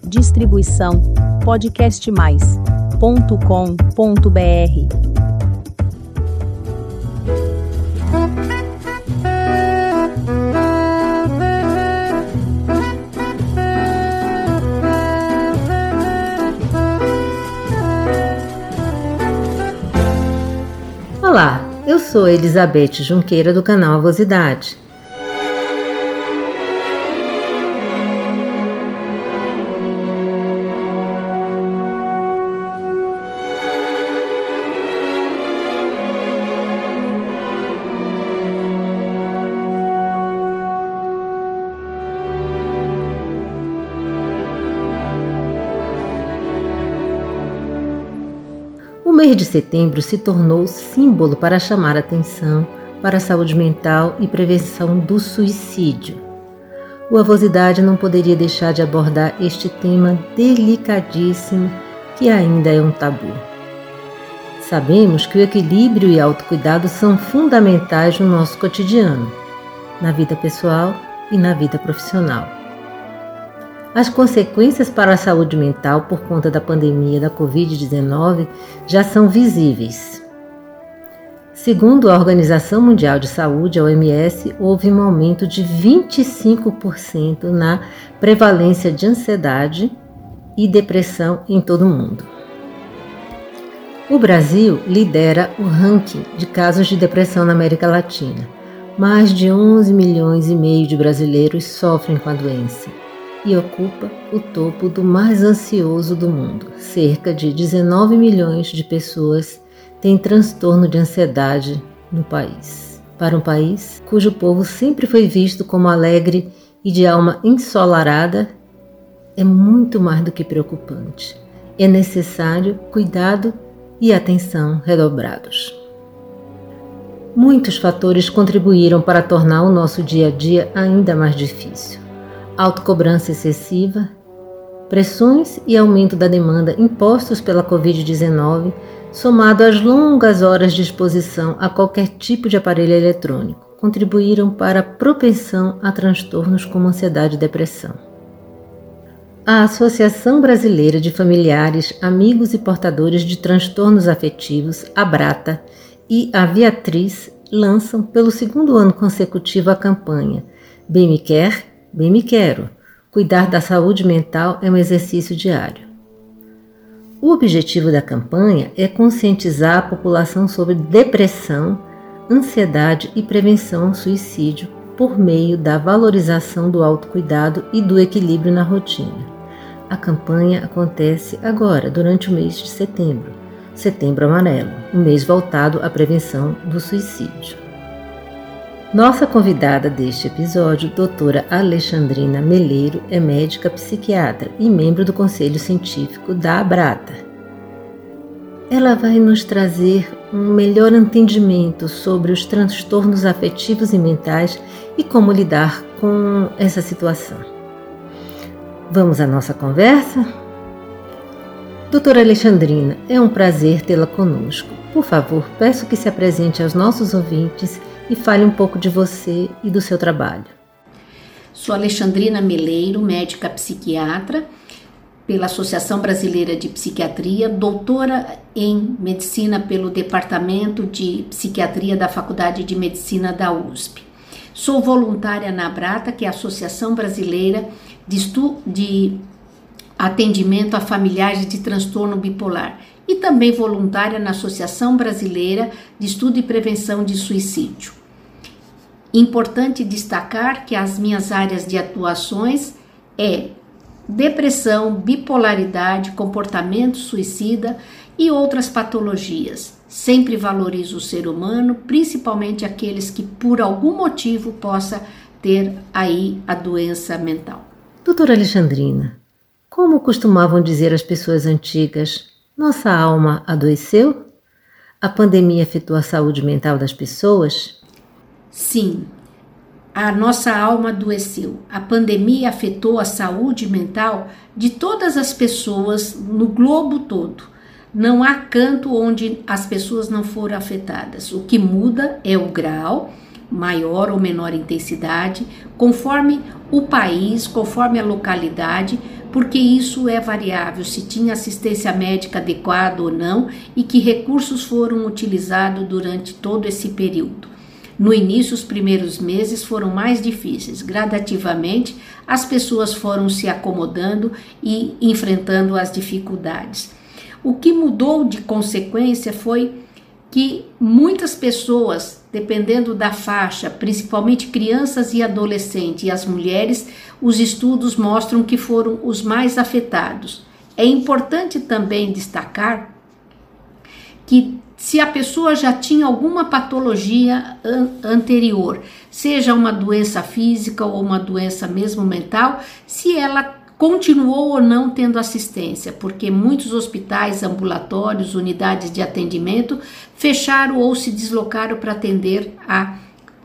Distribuição podcastmais.com.br. Olá, eu sou Elizabeth Junqueira do canal Avosidade. O mês de setembro se tornou símbolo para chamar atenção para a saúde mental e prevenção do suicídio. O Avosidade não poderia deixar de abordar este tema delicadíssimo que ainda é um tabu. Sabemos que o equilíbrio e autocuidado são fundamentais no nosso cotidiano, na vida pessoal e na vida profissional. As consequências para a saúde mental por conta da pandemia da Covid-19 já são visíveis. Segundo a Organização Mundial de Saúde, a OMS, houve um aumento de 25% na prevalência de ansiedade e depressão em todo o mundo. O Brasil lidera o ranking de casos de depressão na América Latina. Mais de 11 milhões e meio de brasileiros sofrem com a doença e ocupa o topo do mais ansioso do mundo. Cerca de 19 milhões de pessoas têm transtorno de ansiedade no país. Para um país cujo povo sempre foi visto como alegre e de alma ensolarada, é muito mais do que preocupante. É necessário cuidado e atenção redobrados. Muitos fatores contribuíram para tornar o nosso dia a dia ainda mais difícil. Autocobrança excessiva, pressões e aumento da demanda impostos pela Covid-19, somado às longas horas de exposição a qualquer tipo de aparelho eletrônico, contribuíram para a propensão a transtornos como ansiedade e depressão. A Associação Brasileira de Familiares, Amigos e Portadores de Transtornos Afetivos, ABRATA, e a Viatriz lançam pelo segundo ano consecutivo a campanha Bem Me Quer, Bem Me Quero. Cuidar da saúde mental é um exercício diário. O objetivo da campanha é conscientizar a população sobre depressão, ansiedade e prevenção ao suicídio por meio da valorização do autocuidado e do equilíbrio na rotina. A campanha acontece agora, durante o mês de setembro, Setembro Amarelo, um mês voltado à prevenção do suicídio. Nossa convidada deste episódio, doutora Alexandrina Meleiro, é médica psiquiatra e membro do Conselho Científico da ABRATA. Ela vai nos trazer um melhor entendimento sobre os transtornos afetivos e mentais e como lidar com essa situação. Vamos à nossa conversa? Doutora Alexandrina, é um prazer tê-la conosco. Por favor, peço que se apresente aos nossos ouvintes e fale um pouco de você e do seu trabalho. Sou Alexandrina Meleiro, médica psiquiatra pela Associação Brasileira de Psiquiatria, doutora em Medicina pelo Departamento de Psiquiatria da Faculdade de Medicina da USP. Sou voluntária na ABRATA, que é a Associação Brasileira de Atendimento a Familiares de Transtorno Bipolar, e também voluntária na Associação Brasileira de Estudo e Prevenção de Suicídio. Importante destacar que as minhas áreas de atuações é depressão, bipolaridade, comportamento suicida e outras patologias. Sempre valorizo o ser humano, principalmente aqueles que por algum motivo possa ter aí a doença mental. Doutora Alexandrina, como costumavam dizer as pessoas antigas, nossa alma adoeceu? A pandemia afetou a saúde mental das pessoas? Sim, a nossa alma adoeceu. A pandemia afetou a saúde mental de todas as pessoas no globo todo. Não há canto onde as pessoas não foram afetadas. O que muda é o grau, maior ou menor intensidade, conforme o país, conforme a localidade, porque isso é variável, se tinha assistência médica adequada ou não e que recursos foram utilizados durante todo esse período. No início, os primeiros meses foram mais difíceis. Gradativamente, as pessoas foram se acomodando e enfrentando as dificuldades. O que mudou de consequência foi que muitas pessoas, dependendo da faixa, principalmente crianças e adolescentes e as mulheres, os estudos mostram que foram os mais afetados. É importante também destacar que se a pessoa já tinha alguma patologia anterior, seja uma doença física ou uma doença mesmo mental, se ela continuou ou não tendo assistência, porque muitos hospitais, ambulatórios, unidades de atendimento fecharam ou se deslocaram para atender a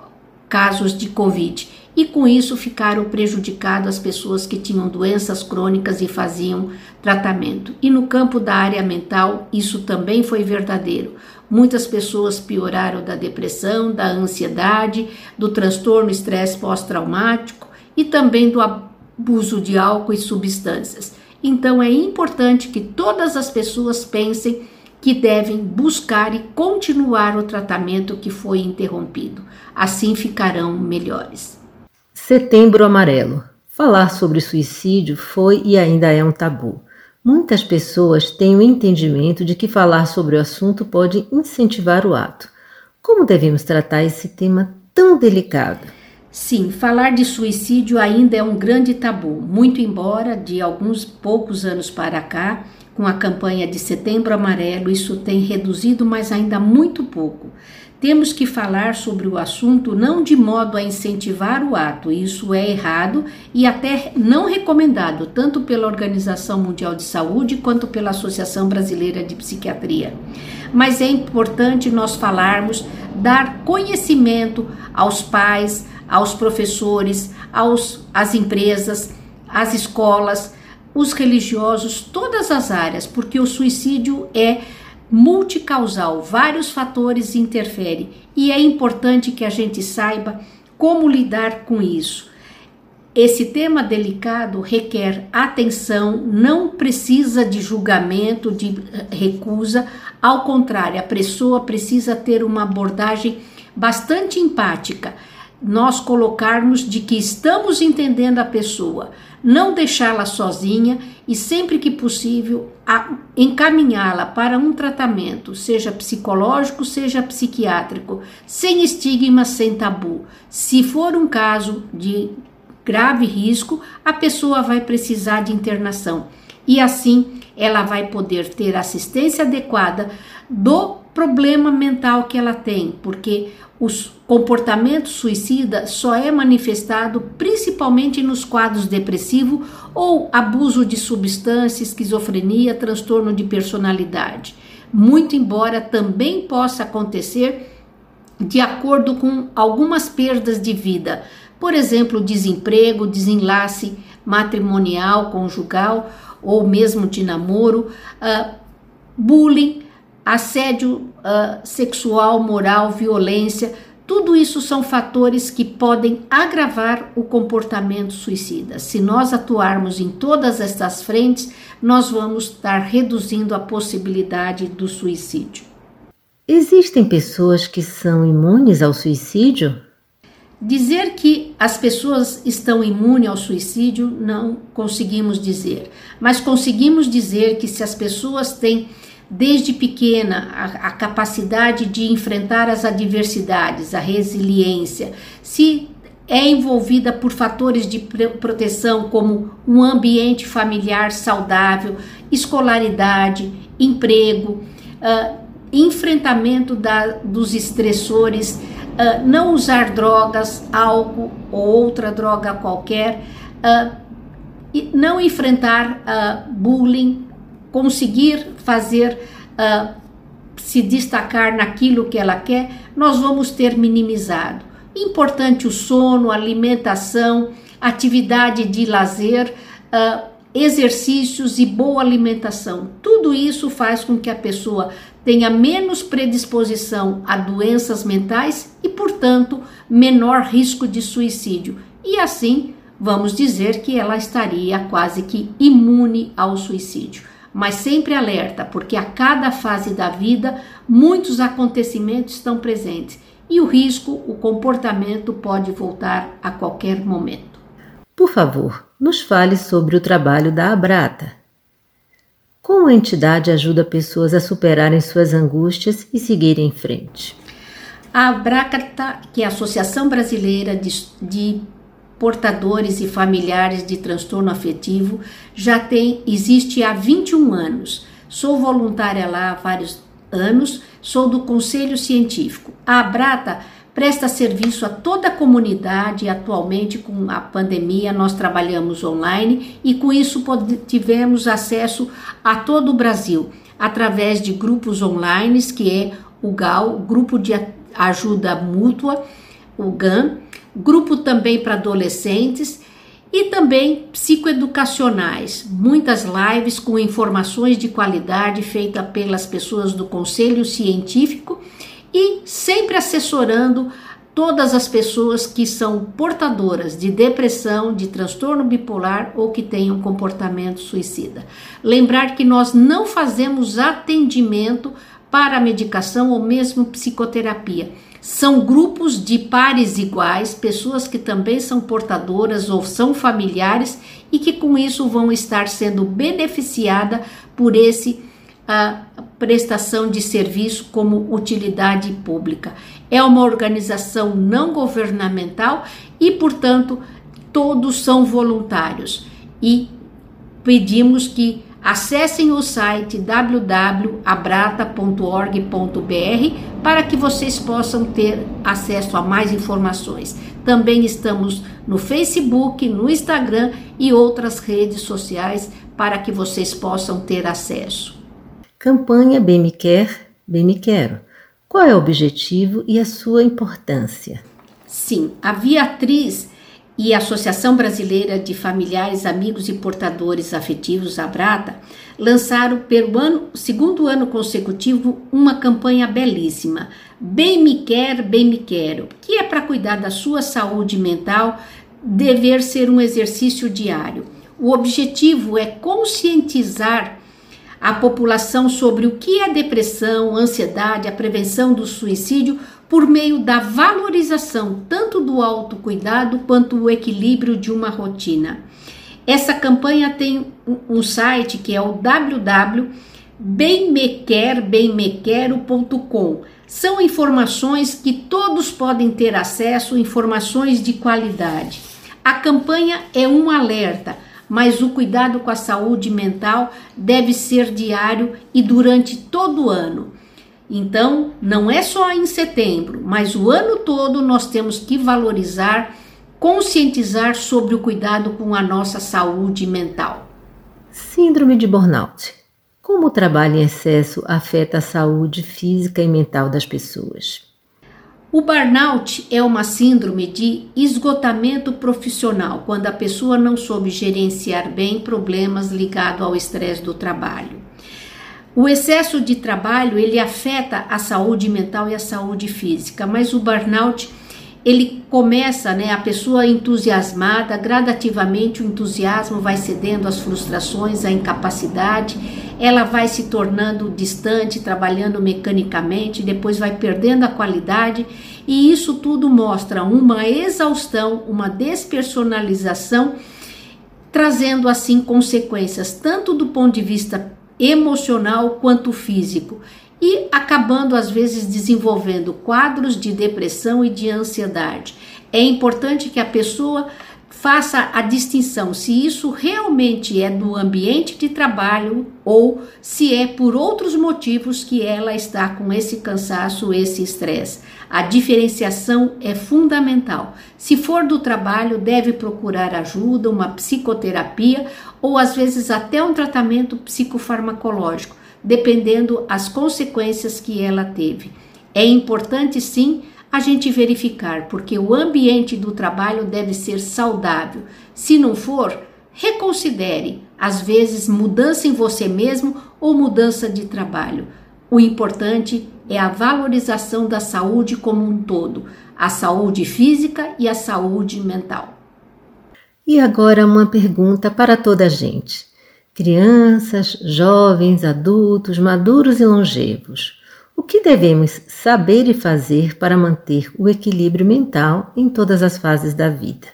casos de Covid. E com isso ficaram prejudicadas as pessoas que tinham doenças crônicas e faziam tratamento. E no campo da área mental, isso também foi verdadeiro. Muitas pessoas pioraram da depressão, da ansiedade, do transtorno estresse pós-traumático e também do abuso de álcool e substâncias. Então é importante que todas as pessoas pensem que devem buscar e continuar o tratamento que foi interrompido. Assim ficarão melhores. Setembro Amarelo. Falar sobre suicídio foi e ainda é um tabu. Muitas pessoas têm o entendimento de que falar sobre o assunto pode incentivar o ato. Como devemos tratar esse tema tão delicado? Sim, falar de suicídio ainda é um grande tabu, muito embora de alguns poucos anos para cá, com a campanha de Setembro Amarelo, isso tem reduzido, mas ainda muito pouco. Temos que falar sobre o assunto não de modo a incentivar o ato, isso é errado e até não recomendado, tanto pela Organização Mundial de Saúde quanto pela Associação Brasileira de Psiquiatria. Mas é importante nós falarmos, dar conhecimento aos pais, aos professores, às empresas, às escolas, os religiosos, todas as áreas, porque o suicídio é multicausal, vários fatores interferem e é importante que a gente saiba como lidar com isso. Esse tema delicado requer atenção, não precisa de julgamento, de recusa, ao contrário, a pessoa precisa ter uma abordagem bastante empática, nós colocarmos de que estamos entendendo a pessoa, não deixá-la sozinha e sempre que possível encaminhá-la para um tratamento, seja psicológico, seja psiquiátrico, sem estigma, sem tabu. Se for um caso de grave risco, a pessoa vai precisar de internação e assim ela vai poder ter assistência adequada do problema mental que ela tem, porque o comportamento suicida só é manifestado principalmente nos quadros depressivos ou abuso de substâncias, esquizofrenia, transtorno de personalidade. Muito embora também possa acontecer de acordo com algumas perdas de vida, por exemplo, desemprego, desenlace matrimonial, conjugal ou mesmo de namoro, bullying, assédio sexual, moral, violência, tudo isso são fatores que podem agravar o comportamento suicida. Se nós atuarmos em todas estas frentes, nós vamos estar reduzindo a possibilidade do suicídio. Existem pessoas que são imunes ao suicídio? Dizer que as pessoas estão imunes ao suicídio não conseguimos dizer, mas conseguimos dizer que se as pessoas têm desde pequena a capacidade de enfrentar as adversidades, a resiliência, se é envolvida por fatores de proteção como um ambiente familiar saudável, escolaridade, emprego, enfrentamento dos estressores, não usar drogas, álcool ou outra droga qualquer, não enfrentar bullying, conseguir fazer se destacar naquilo que ela quer, nós vamos ter minimizado. Importante o sono, alimentação, atividade de lazer, exercícios e boa alimentação. Tudo isso faz com que a pessoa tenha menos predisposição a doenças mentais e, portanto, menor risco de suicídio. E assim vamos dizer que ela estaria quase que imune ao suicídio. Mas sempre alerta, porque a cada fase da vida muitos acontecimentos estão presentes e o risco, o comportamento pode voltar a qualquer momento. Por favor, nos fale sobre o trabalho da Abrata. Como a entidade ajuda pessoas a superarem suas angústias e seguirem em frente? A Abrata, que é a Associação Brasileira de Portadores e Familiares de Transtorno Afetivo, existe há 21 anos. Sou voluntária lá há vários anos, sou do Conselho Científico. A Abrata presta serviço a toda a comunidade. Atualmente, com a pandemia, nós trabalhamos online e com isso tivemos acesso a todo o Brasil, através de grupos online, que é o GAL, Grupo de Ajuda Mútua, o GAM, grupo também para adolescentes e também psicoeducacionais, muitas lives com informações de qualidade feitas pelas pessoas do Conselho Científico e sempre assessorando todas as pessoas que são portadoras de depressão, de transtorno bipolar ou que tenham comportamento suicida. Lembrar que nós não fazemos atendimento para medicação ou mesmo psicoterapia. São grupos de pares iguais, pessoas que também são portadoras ou são familiares e que com isso vão estar sendo beneficiadas por a prestação de serviço como utilidade pública. É uma organização não governamental e, portanto, todos são voluntários. E pedimos que acessem o site www.abrata.org.br para que vocês possam ter acesso a mais informações. Também estamos no Facebook, no Instagram e outras redes sociais para que vocês possam ter acesso. Campanha Bem Me Quer, Bem Me Quero. Qual é o objetivo e a sua importância? Sim, a Viatriz e a Associação Brasileira de Familiares, Amigos e Portadores Afetivos, Abrata, lançaram pelo segundo ano consecutivo uma campanha belíssima, Bem Me Quer, Bem Me Quero, que é para cuidar da sua saúde mental, dever ser um exercício diário. O objetivo é conscientizar a população sobre o que é depressão, ansiedade, a prevenção do suicídio, por meio da valorização tanto do autocuidado quanto o equilíbrio de uma rotina. Essa campanha tem um site que é o www.bemmequero.com. São informações que todos podem ter acesso, informações de qualidade. A campanha é um alerta, mas o cuidado com a saúde mental deve ser diário e durante todo o ano. Então, não é só em setembro, mas o ano todo nós temos que valorizar, conscientizar sobre o cuidado com a nossa saúde mental. Síndrome de burnout. Como o trabalho em excesso afeta a saúde física e mental das pessoas? O burnout é uma síndrome de esgotamento profissional, quando a pessoa não soube gerenciar bem problemas ligados ao estresse do trabalho. O excesso de trabalho, ele afeta a saúde mental e a saúde física, mas o burnout, ele começa, a pessoa entusiasmada, gradativamente o entusiasmo vai cedendo às frustrações, à incapacidade, ela vai se tornando distante, trabalhando mecanicamente, depois vai perdendo a qualidade e isso tudo mostra uma exaustão, uma despersonalização, trazendo assim consequências tanto do ponto de vista emocional quanto físico e acabando às vezes desenvolvendo quadros de depressão e de ansiedade. É importante que a pessoa faça a distinção se isso realmente é do ambiente de trabalho ou se é por outros motivos que ela está com esse cansaço, esse estresse. A diferenciação é fundamental. Se for do trabalho, deve procurar ajuda, uma psicoterapia ou às vezes até um tratamento psicofarmacológico, dependendo as consequências que ela teve. É importante sim a gente verificar, porque o ambiente do trabalho deve ser saudável. Se não for, reconsidere, às vezes mudança em você mesmo ou mudança de trabalho. O importante é a valorização da saúde como um todo, a saúde física e a saúde mental. E agora uma pergunta para toda a gente. Crianças, jovens, adultos, maduros e longevos. O que devemos saber e fazer para manter o equilíbrio mental em todas as fases da vida?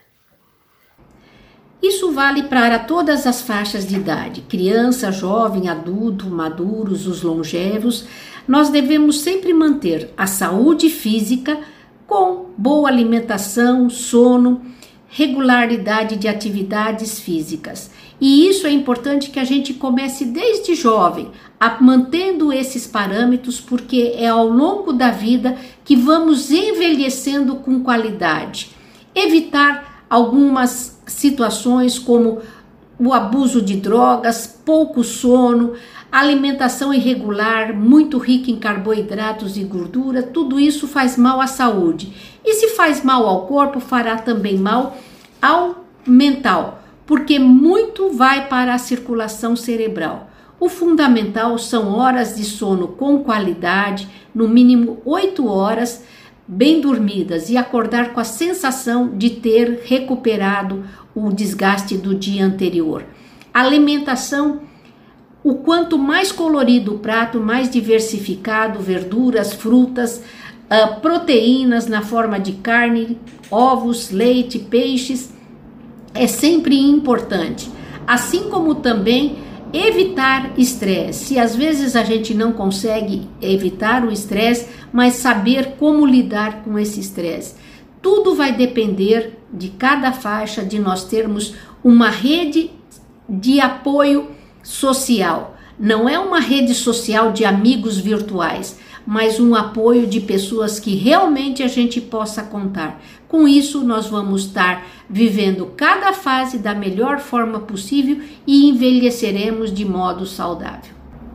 Isso vale para todas as faixas de idade, criança, jovem, adulto, maduros, os longevos. Nós devemos sempre manter a saúde física com boa alimentação, sono, regularidade de atividades físicas. E isso é importante que a gente comece desde jovem, mantendo esses parâmetros, porque é ao longo da vida que vamos envelhecendo com qualidade. Evitar algumas situações como o abuso de drogas, pouco sono, alimentação irregular, muito rica em carboidratos e gordura, tudo isso faz mal à saúde. E se faz mal ao corpo, fará também mal ao mental, porque muito vai para a circulação cerebral. O fundamental são horas de sono com qualidade, no mínimo 8 horas, bem dormidas, e acordar com a sensação de ter recuperado o desgaste do dia anterior. A alimentação, o quanto mais colorido o prato, mais diversificado, verduras, frutas, proteínas na forma de carne, ovos, leite, peixes, é sempre importante. Assim como também evitar estresse. Se às vezes a gente não consegue evitar o estresse, mas saber como lidar com esse estresse. Tudo vai depender de cada faixa, de nós termos uma rede de apoio social. Não é uma rede social de amigos virtuais, mas um apoio de pessoas que realmente a gente possa contar. Com isso, nós vamos estar vivendo cada fase da melhor forma possível e envelheceremos de modo saudável.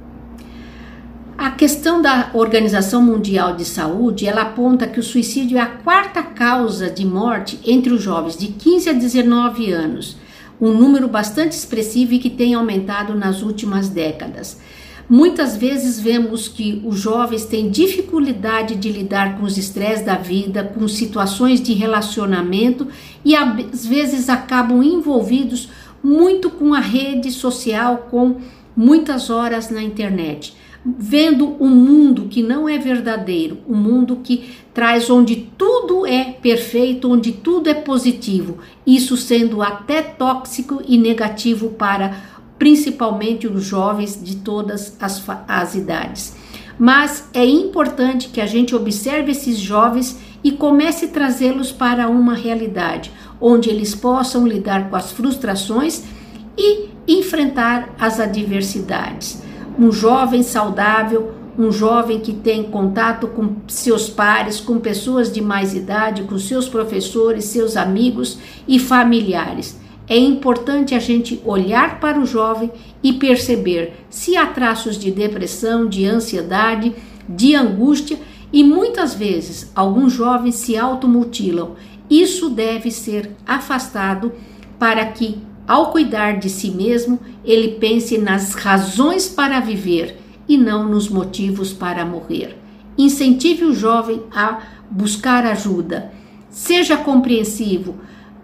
A questão da Organização Mundial de Saúde, ela aponta que o suicídio é a 4ª causa de morte entre os jovens de 15 a 19 anos, um número bastante expressivo e que tem aumentado nas últimas décadas. Muitas vezes vemos que os jovens têm dificuldade de lidar com os estresses da vida, com situações de relacionamento e às vezes acabam envolvidos muito com a rede social, com muitas horas na internet, vendo um mundo que não é verdadeiro, um mundo que traz onde tudo é perfeito, onde tudo é positivo, isso sendo até tóxico e negativo para principalmente os jovens de todas as idades. Mas é importante que a gente observe esses jovens e comece a trazê-los para uma realidade, onde eles possam lidar com as frustrações e enfrentar as adversidades. Um jovem saudável, um jovem que tem contato com seus pares, com pessoas de mais idade, com seus professores, seus amigos e familiares. É importante a gente olhar para o jovem e perceber se há traços de depressão, de ansiedade, de angústia e muitas vezes alguns jovens se automutilam. Isso deve ser afastado para que, ao cuidar de si mesmo, ele pense nas razões para viver e não nos motivos para morrer. Incentive o jovem a buscar ajuda. Seja compreensivo.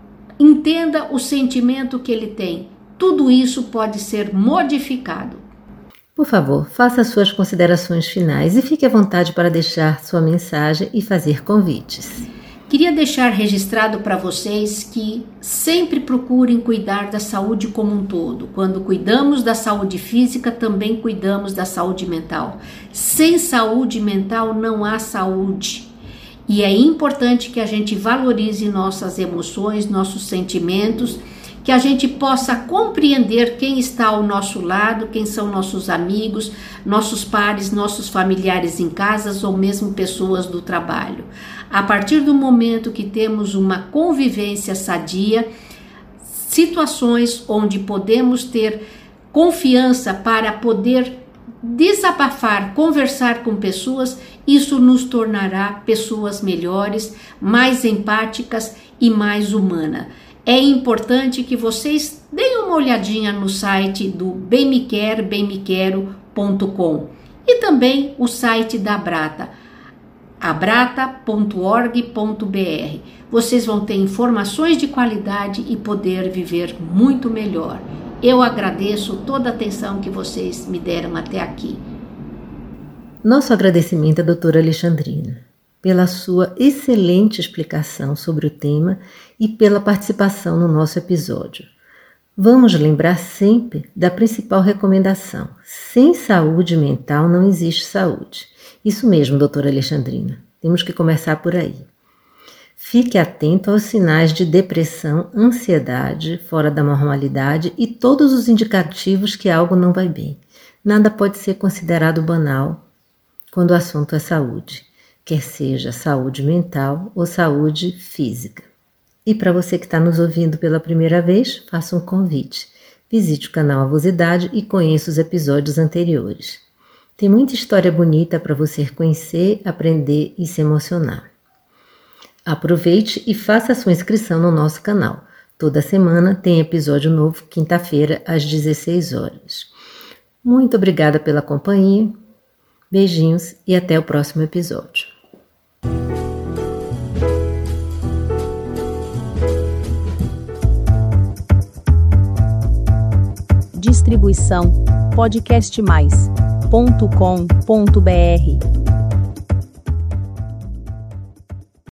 Entenda o sentimento que ele tem. Tudo isso pode ser modificado. Por favor, faça suas considerações finais e fique à vontade para deixar sua mensagem e fazer convites. Queria deixar registrado para vocês que sempre procurem cuidar da saúde como um todo. Quando cuidamos da saúde física, também cuidamos da saúde mental. Sem saúde mental não há saúde. E é importante que a gente valorize nossas emoções, nossos sentimentos, que a gente possa compreender quem está ao nosso lado, quem são nossos amigos, nossos pares, nossos familiares em casas ou mesmo pessoas do trabalho. A partir do momento que temos uma convivência sadia, situações onde podemos ter confiança para poder desabafar, conversar com pessoas, isso nos tornará pessoas melhores, mais empáticas e mais humanas. É importante que vocês deem uma olhadinha no site do bemmequero.com e também o site da Abrata. abrata.org.br. Vocês vão ter informações de qualidade e poder viver muito melhor. Eu agradeço toda a atenção que vocês me deram até aqui. Nosso agradecimento à doutora Alexandrina pela sua excelente explicação sobre o tema e pela participação no nosso episódio. Vamos lembrar sempre da principal recomendação: sem saúde mental não existe saúde. Isso mesmo, doutora Alexandrina. Temos que começar por aí. Fique atento aos sinais de depressão, ansiedade, fora da normalidade e todos os indicativos que algo não vai bem. Nada pode ser considerado banal quando o assunto é saúde, quer seja saúde mental ou saúde física. E para você que está nos ouvindo pela primeira vez, faça um convite. Visite o canal Avosidade e conheça os episódios anteriores. Tem muita história bonita para você conhecer, aprender e se emocionar. Aproveite e faça a sua inscrição no nosso canal. Toda semana tem episódio novo, quinta-feira, às 16 horas. Muito obrigada pela companhia. Beijinhos e até o próximo episódio. Distribuição podcastmais.com.br